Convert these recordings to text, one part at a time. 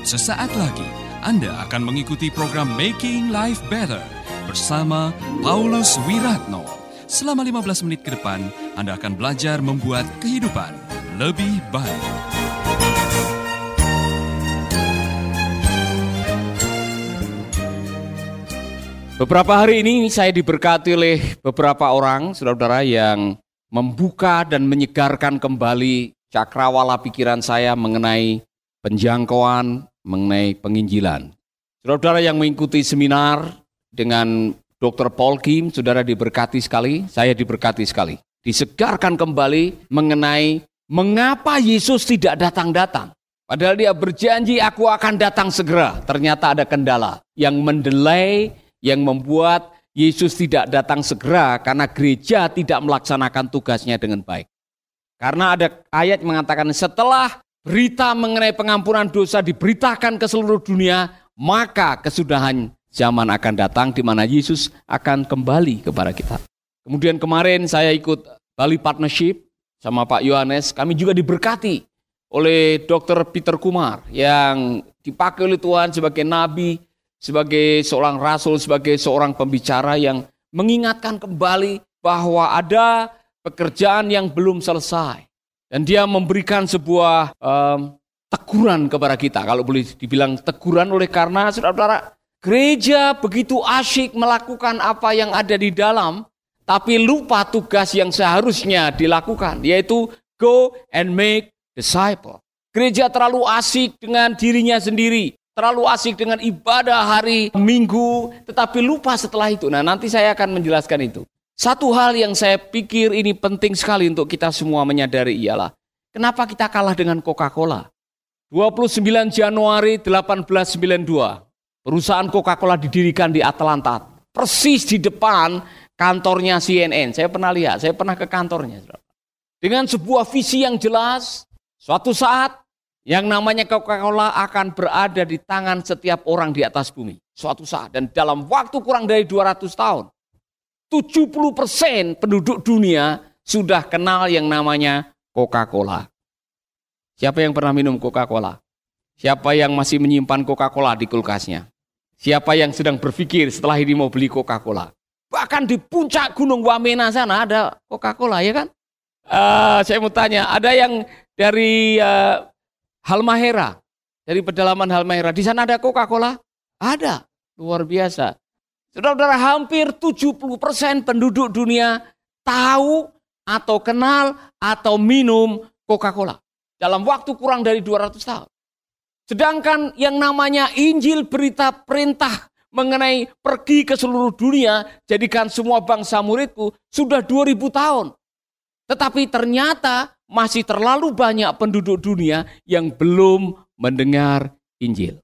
Sesaat lagi Anda akan mengikuti program Making Life Better bersama Paulus Wiratno. Selama 15 menit ke depan, Anda akan belajar membuat kehidupan lebih baik. Beberapa hari ini saya diberkati oleh beberapa orang, saudara-saudara, yang membuka dan menyegarkan kembali cakrawala pikiran saya mengenai penjangkauan, mengenai penginjilan. Saudara-saudara yang mengikuti seminar dengan Dr. Paul Kim, saudara diberkati sekali, saya diberkati sekali. Disegarkan kembali mengenai mengapa Yesus tidak datang-datang. Padahal dia berjanji, aku akan datang segera. Ternyata ada kendala yang mendelay, yang membuat Yesus tidak datang segera karena gereja tidak melaksanakan tugasnya dengan baik. Karena ada ayat mengatakan setelah berita mengenai pengampunan dosa diberitakan ke seluruh dunia, maka kesudahan zaman akan datang di mana Yesus akan kembali kepada kita. Kemudian kemarin saya ikut Bali Partnership sama Pak Yohanes, kami juga diberkati oleh Dr. Peter Kumar yang dipakai oleh Tuhan sebagai nabi, sebagai seorang rasul, sebagai seorang pembicara yang mengingatkan kembali bahwa ada pekerjaan yang belum selesai. Dan dia memberikan sebuah teguran kepada kita, kalau boleh dibilang teguran oleh karena saudara-saudara, gereja begitu asyik melakukan apa yang ada di dalam, tapi lupa tugas yang seharusnya dilakukan, yaitu go and make disciple. Gereja terlalu asyik dengan dirinya sendiri, terlalu asyik dengan ibadah hari Minggu, tetapi lupa setelah itu. Nah, nanti saya akan menjelaskan itu. Satu hal yang saya pikir ini penting sekali untuk kita semua menyadari ialah, kenapa kita kalah dengan Coca-Cola? 29 Januari 1892, perusahaan Coca-Cola didirikan di Atlanta, persis di depan kantornya CNN. Saya pernah lihat, saya pernah ke kantornya. Dengan sebuah visi yang jelas, suatu saat yang namanya Coca-Cola akan berada di tangan setiap orang di atas bumi. Suatu saat, dan dalam waktu kurang dari 200 tahun, 70% penduduk dunia sudah kenal yang namanya Coca-Cola. Siapa yang pernah minum Coca-Cola? Siapa yang masih menyimpan Coca-Cola di kulkasnya? Siapa yang sedang berpikir setelah ini mau beli Coca-Cola? Bahkan di puncak Gunung Wamena sana ada Coca-Cola, ya kan? Saya mau tanya, ada yang dari Halmahera, dari pedalaman Halmahera, di sana ada Coca-Cola? Ada, luar biasa. Saudara-saudara, hampir 70% penduduk dunia tahu atau kenal atau minum Coca-Cola dalam waktu kurang dari 200 tahun. Sedangkan yang namanya Injil, berita perintah mengenai pergi ke seluruh dunia, jadikan semua bangsa muridku, sudah 2000 tahun. Tetapi ternyata masih terlalu banyak penduduk dunia yang belum mendengar Injil.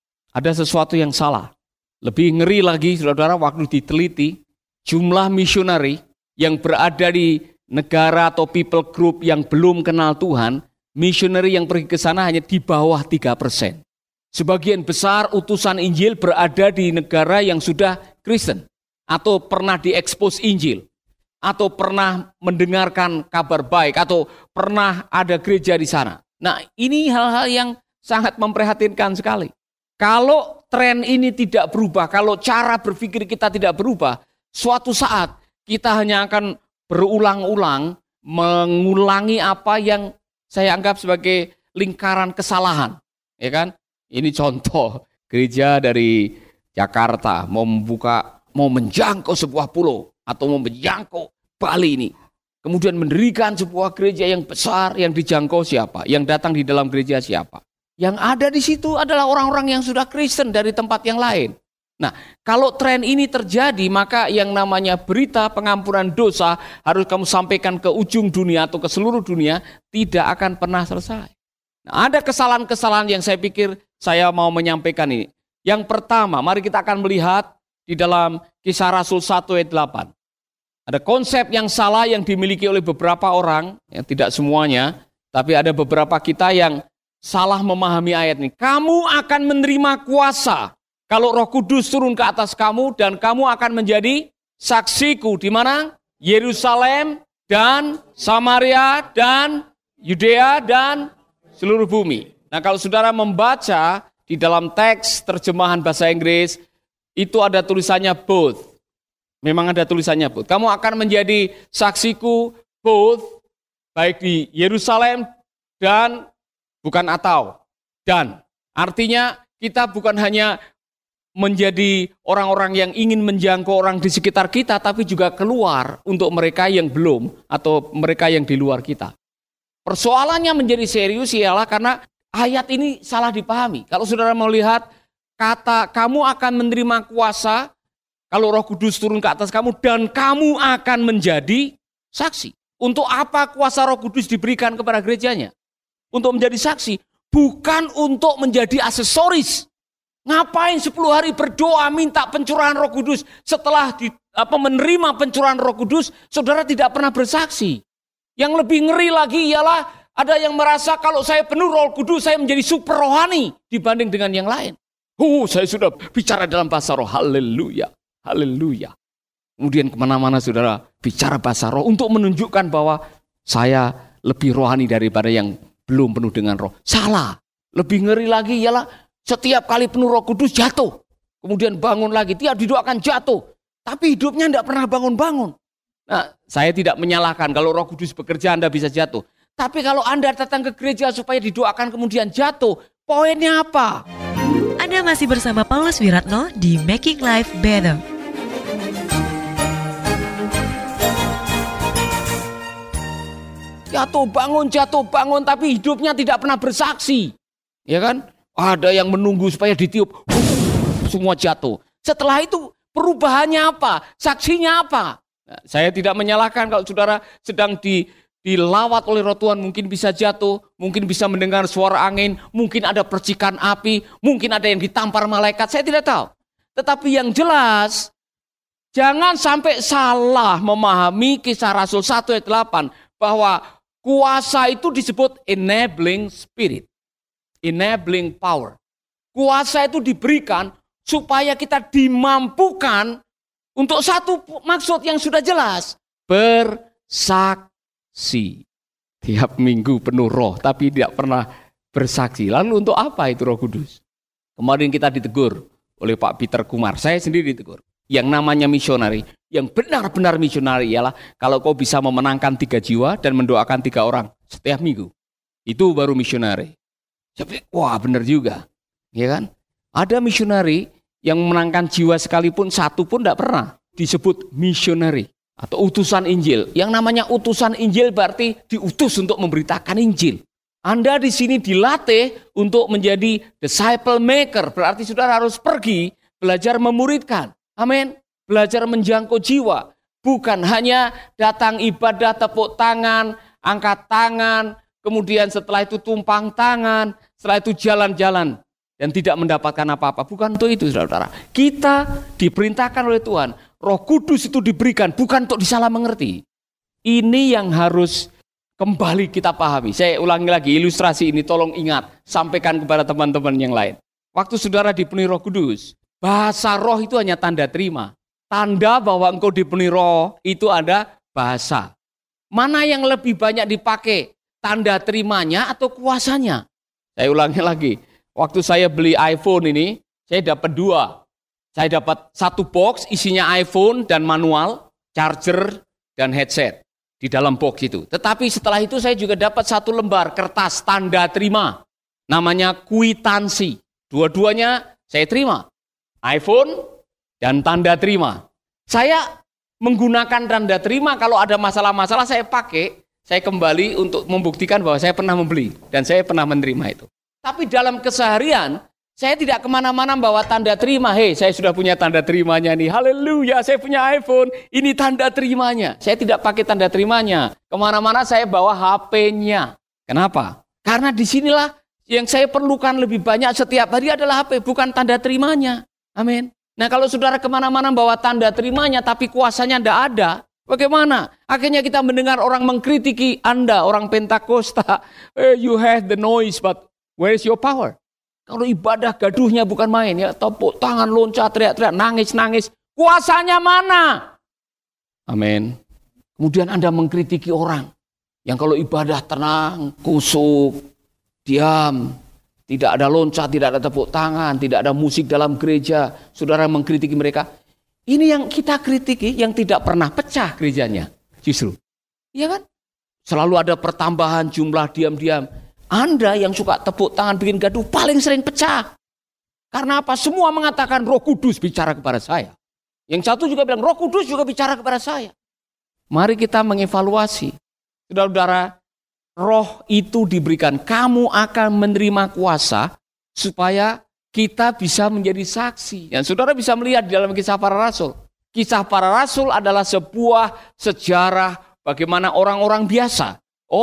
Ada sesuatu yang salah. Lebih ngeri lagi, saudara-saudara, waktu diteliti, jumlah misionari yang berada di negara atau people group yang belum kenal Tuhan, misionari yang pergi ke sana hanya di bawah 3%. Sebagian besar utusan Injil berada di negara yang sudah Kristen, atau pernah diekspos Injil, atau pernah mendengarkan kabar baik, atau pernah ada gereja di sana. Nah, ini hal-hal yang sangat memprihatinkan sekali. Kalau tren ini tidak berubah, kalau cara berpikir kita tidak berubah, suatu saat kita hanya akan berulang-ulang mengulangi apa yang saya anggap sebagai lingkaran kesalahan, ya kan? Ini contoh gereja dari Jakarta mau menjangkau sebuah pulau atau mau menjangkau Bali ini. Kemudian mendirikan sebuah gereja yang besar, yang dijangkau siapa? Yang datang di dalam gereja siapa? Yang ada di situ adalah orang-orang yang sudah Kristen dari tempat yang lain. Nah, kalau tren ini terjadi, maka yang namanya berita pengampunan dosa harus kamu sampaikan ke ujung dunia atau ke seluruh dunia, tidak akan pernah selesai. Nah, ada kesalahan-kesalahan yang saya pikir saya mau menyampaikan ini. Yang pertama, mari kita akan melihat di dalam Kisah Rasul 1 ayat 8. Ada konsep yang salah yang dimiliki oleh beberapa orang, yang tidak semuanya, tapi ada beberapa kita yang salah memahami ayat ini. Kamu akan menerima kuasa kalau Roh Kudus turun ke atas kamu dan kamu akan menjadi saksiku di mana? Yerusalem dan Samaria dan Yudea dan seluruh bumi. Nah, kalau saudara membaca di dalam teks terjemahan bahasa Inggris itu ada tulisannya both. Memang ada tulisannya both. Kamu akan menjadi saksiku both, baik di Yerusalem dan bukan atau. Dan artinya kita bukan hanya menjadi orang-orang yang ingin menjangkau orang di sekitar kita, tapi juga keluar untuk mereka yang belum atau mereka yang di luar kita. Persoalannya menjadi serius ialah karena ayat ini salah dipahami. Kalau saudara melihat kata kamu akan menerima kuasa kalau Roh Kudus turun ke atas kamu dan kamu akan menjadi saksi. Untuk apa kuasa Roh Kudus diberikan kepada gerejanya? Untuk menjadi saksi, bukan untuk menjadi aksesoris. Ngapain 10 hari berdoa minta pencurahan Roh Kudus, setelah menerima pencurahan Roh Kudus, saudara tidak pernah bersaksi. Yang lebih ngeri lagi ialah ada yang merasa kalau saya penuh Roh Kudus, saya menjadi super rohani dibanding dengan yang lain. Saya sudah bicara dalam bahasa roh, haleluya, haleluya. Kemudian kemana-mana saudara bicara bahasa roh untuk menunjukkan bahwa saya lebih rohani daripada yang belum penuh dengan roh. Salah. Lebih ngeri lagi ialah setiap kali penuh Roh Kudus jatuh. Kemudian bangun lagi, tiap didoakan jatuh. Tapi hidupnya tidak pernah bangun-bangun. Nah, saya tidak menyalahkan kalau Roh Kudus bekerja Anda bisa jatuh. Tapi kalau Anda datang ke gereja supaya didoakan kemudian jatuh, poinnya apa? Anda masih bersama Paulus Wiratno di Making Life Better. Jatuh bangun, tapi hidupnya tidak pernah bersaksi. Ya kan? Ada yang menunggu supaya ditiup, semua jatuh. Setelah itu perubahannya apa? Saksinya apa? Nah, saya tidak menyalahkan kalau saudara sedang dilawat oleh roh Tuhan, mungkin bisa jatuh, mungkin bisa mendengar suara angin, mungkin ada percikan api, mungkin ada yang ditampar malaikat, saya tidak tahu. Tetapi yang jelas, jangan sampai salah memahami Kisah Rasul 1 ayat 8, bahwa kuasa itu disebut enabling spirit. Enabling power. Kuasa itu diberikan supaya kita dimampukan untuk satu maksud yang sudah jelas. Bersaksi. Tiap minggu penuh roh tapi tidak pernah bersaksi. Lalu untuk apa itu Roh Kudus? Kemarin kita ditegur oleh Pak Peter Kumar. Saya sendiri ditegur. Yang namanya misionari, yang benar-benar misionari ialah kalau kau bisa memenangkan 3 jiwa dan mendoakan 3 orang setiap minggu. Itu baru misionari. Jadi, wah benar juga, ya kan? Ada misionari yang memenangkan jiwa sekalipun satu pun tidak pernah disebut misionari atau utusan Injil. Yang namanya utusan Injil berarti diutus untuk memberitakan Injil. Anda di sini dilatih untuk menjadi disciple maker, berarti saudara harus pergi belajar memuridkan. Amin. Belajar menjangkau jiwa, bukan hanya datang ibadah tepuk tangan, angkat tangan. Kemudian setelah itu tumpang tangan, setelah itu jalan-jalan dan tidak mendapatkan apa-apa. Bukan untuk itu saudara. Kita diperintahkan oleh Tuhan. Roh Kudus itu diberikan bukan untuk disalah mengerti. Ini yang harus kembali kita pahami. Saya ulangi lagi ilustrasi ini, tolong ingat. Sampaikan kepada teman-teman yang lain. Waktu saudara dipenuhi Roh Kudus, bahasa roh itu hanya tanda terima. Tanda bahwa engkau dipenuhi roh itu ada bahasa. Mana yang lebih banyak dipakai? Tanda terimanya atau kuasanya? Saya ulangi lagi. Waktu saya beli iPhone ini, saya dapat 2. Saya dapat 1 box isinya iPhone dan manual, charger dan headset di dalam box itu. Tetapi setelah itu saya juga dapat 1 lembar kertas tanda terima. Namanya kwitansi. Dua-duanya saya terima. iPhone dan tanda terima. Saya menggunakan tanda terima kalau ada masalah-masalah saya pakai. Saya kembali untuk membuktikan bahwa saya pernah membeli dan saya pernah menerima itu. Tapi dalam keseharian, saya tidak kemana-mana bawa tanda terima. Saya sudah punya tanda terimanya nih. Haleluya, saya punya iPhone. Ini tanda terimanya. Saya tidak pakai tanda terimanya. Kemana-mana saya bawa HP-nya. Kenapa? Karena disinilah yang saya perlukan lebih banyak setiap hari adalah HP, bukan tanda terimanya. Amin. Nah kalau saudara kemana-mana bawa tanda terimanya, tapi kuasanya tidak ada. Bagaimana? Akhirnya kita mendengar orang mengkritiki Anda, orang Pentakosta. You have the noise, but where is your power? Kalau ibadah gaduhnya bukan main, ya tepuk tangan, loncat, teriak-teriak, nangis-nangis. Kuasanya mana? Amin. Kemudian Anda mengkritiki orang yang kalau ibadah tenang, kusuk, diam, Tidak ada loncat, tidak ada tepuk tangan, tidak ada musik dalam gereja. Saudara mengkritiki mereka. Ini yang kita kritiki, yang tidak pernah pecah gerejanya. Justru. Iya kan? Selalu ada pertambahan jumlah diam-diam. Anda yang suka tepuk tangan bikin gaduh paling sering pecah. Karena apa? Semua mengatakan Roh Kudus bicara kepada saya. Yang satu juga bilang Roh Kudus juga bicara kepada saya. Mari kita mengevaluasi. Saudara-saudara, roh itu diberikan. Kamu akan menerima kuasa supaya kita bisa menjadi saksi. Dan saudara bisa melihat di dalam Kisah Para Rasul. Kisah Para Rasul adalah sebuah sejarah bagaimana orang-orang biasa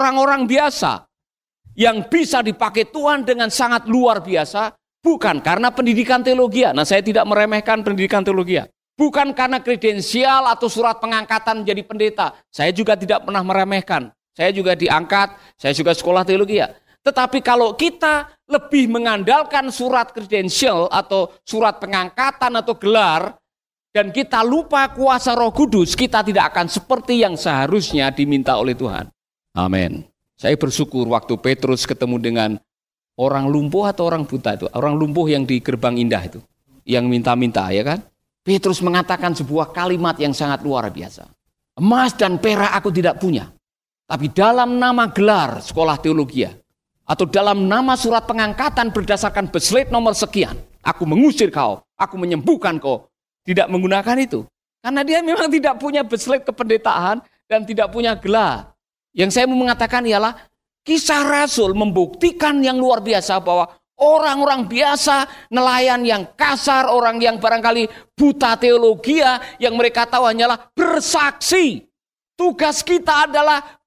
yang bisa dipakai Tuhan dengan sangat luar biasa, bukan karena pendidikan teologi. Nah, saya tidak meremehkan pendidikan teologi. Bukan karena kredensial atau surat pengangkatan menjadi pendeta. Saya juga tidak pernah meremehkan. Saya juga diangkat, saya juga sekolah teologi. Tetapi kalau kita lebih mengandalkan surat kredensial atau surat pengangkatan atau gelar, dan kita lupa kuasa Roh Kudus, kita tidak akan seperti yang seharusnya diminta oleh Tuhan. Amin. Saya bersyukur waktu Petrus ketemu dengan orang lumpuh atau orang buta itu. Orang lumpuh yang di Gerbang Indah itu. Yang minta-minta, ya kan? Petrus mengatakan sebuah kalimat yang sangat luar biasa. Emas dan perak aku tidak punya. Tapi dalam nama gelar sekolah teologi, atau dalam nama surat pengangkatan berdasarkan beslet nomor sekian, aku mengusir kau, aku menyembuhkan kau. Tidak menggunakan itu. Karena dia memang tidak punya beslet kependetaan dan tidak punya gelar. Yang saya mau mengatakan ialah Kisah Rasul membuktikan yang luar biasa bahwa orang-orang biasa, nelayan yang kasar, orang yang barangkali buta teologi, yang mereka tahu hanyalah bersaksi. Tugas kita adalah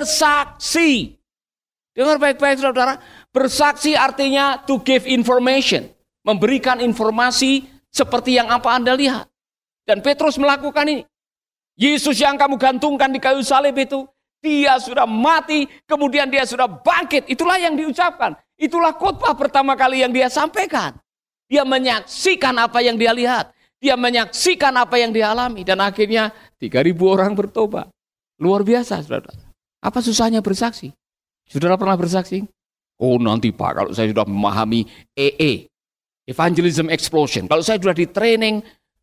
bersaksi. Dengar baik-baik saudara, bersaksi artinya to give information, memberikan informasi seperti yang apa Anda lihat. Dan Petrus melakukan ini. Yesus yang kamu gantungkan di kayu salib itu, dia sudah mati, kemudian dia sudah bangkit. Itulah yang diucapkan. Itulah khotbah pertama kali yang dia sampaikan. Dia menyaksikan apa yang dia lihat. Dia menyaksikan apa yang dia alami. Dan akhirnya 3.000 orang bertobat. Luar biasa, saudara. Apa susahnya bersaksi? Saudara pernah bersaksi? Oh nanti Pak, kalau saya sudah memahami EE, Evangelism Explosion. Kalau saya sudah di training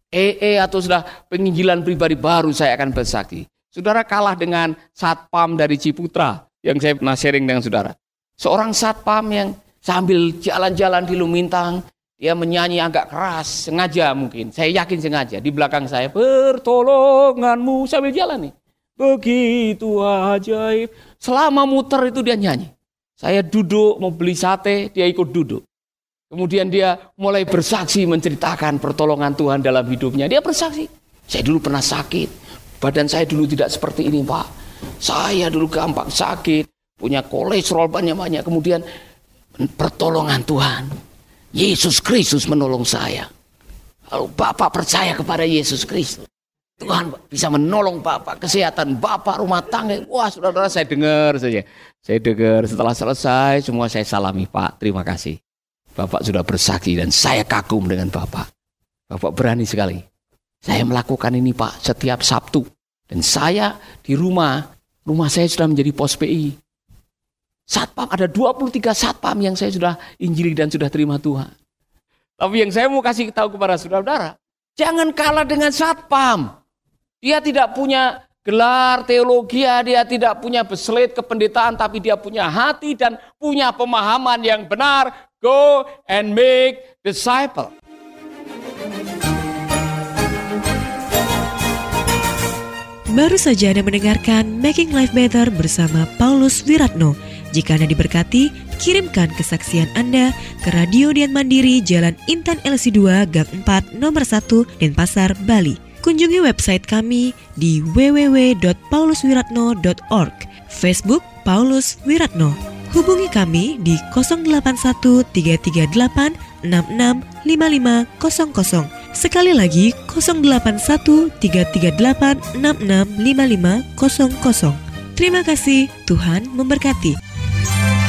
EE atau sudah penginjilan pribadi baru saya akan bersaksi. Saudara kalah dengan satpam dari Ciputra yang saya pernah sharing dengan saudara. Seorang satpam yang sambil jalan-jalan di Lumintang, dia menyanyi agak keras, sengaja mungkin. Saya yakin sengaja. Di belakang saya, pertolonganmu sambil jalan nih. Begitu ajaib. Selama muter itu dia nyanyi. Saya duduk mau beli sate, dia ikut duduk. Kemudian dia mulai bersaksi menceritakan pertolongan Tuhan dalam hidupnya. Dia bersaksi, saya dulu pernah sakit. Badan saya dulu tidak seperti ini Pak. Saya dulu gampang sakit. Punya kolesterol banyak-banyak. Kemudian pertolongan Tuhan. Yesus Kristus menolong saya. Kalau Bapak percaya kepada Yesus Kristus, Tuhan bisa menolong Bapak. Kesehatan Bapak, rumah tangga. Wah saudara-saudara saya dengar saja. Saya dengar setelah selesai semua saya salami Pak. Terima kasih. Bapak sudah bersaksi dan saya kagum dengan Bapak. Bapak berani sekali. Saya melakukan ini Pak setiap Sabtu. Dan saya di rumah saya sudah menjadi pos PI. Satpam, ada 23 satpam yang saya sudah injili dan sudah terima Tuhan. Tapi yang saya mau kasih tahu kepada saudara-saudara, jangan kalah dengan satpam. Dia tidak punya gelar teologi, dia tidak punya beslet kependetaan, tapi dia punya hati dan punya pemahaman yang benar. Go and make disciple. Baru saja Anda mendengarkan Making Life Better bersama Paulus Wiratno. Jika Anda diberkati, kirimkan kesaksian Anda ke Radio Dian Mandiri, Jalan Intan LC2, Gang 4, Nomor 1, Denpasar, Bali. Kunjungi website kami di www.pauluswiratno.org, Facebook Paulus Wiratno. Hubungi kami di 081 338 665500. Sekali lagi 081 338 665500. Terima kasih, Tuhan memberkati.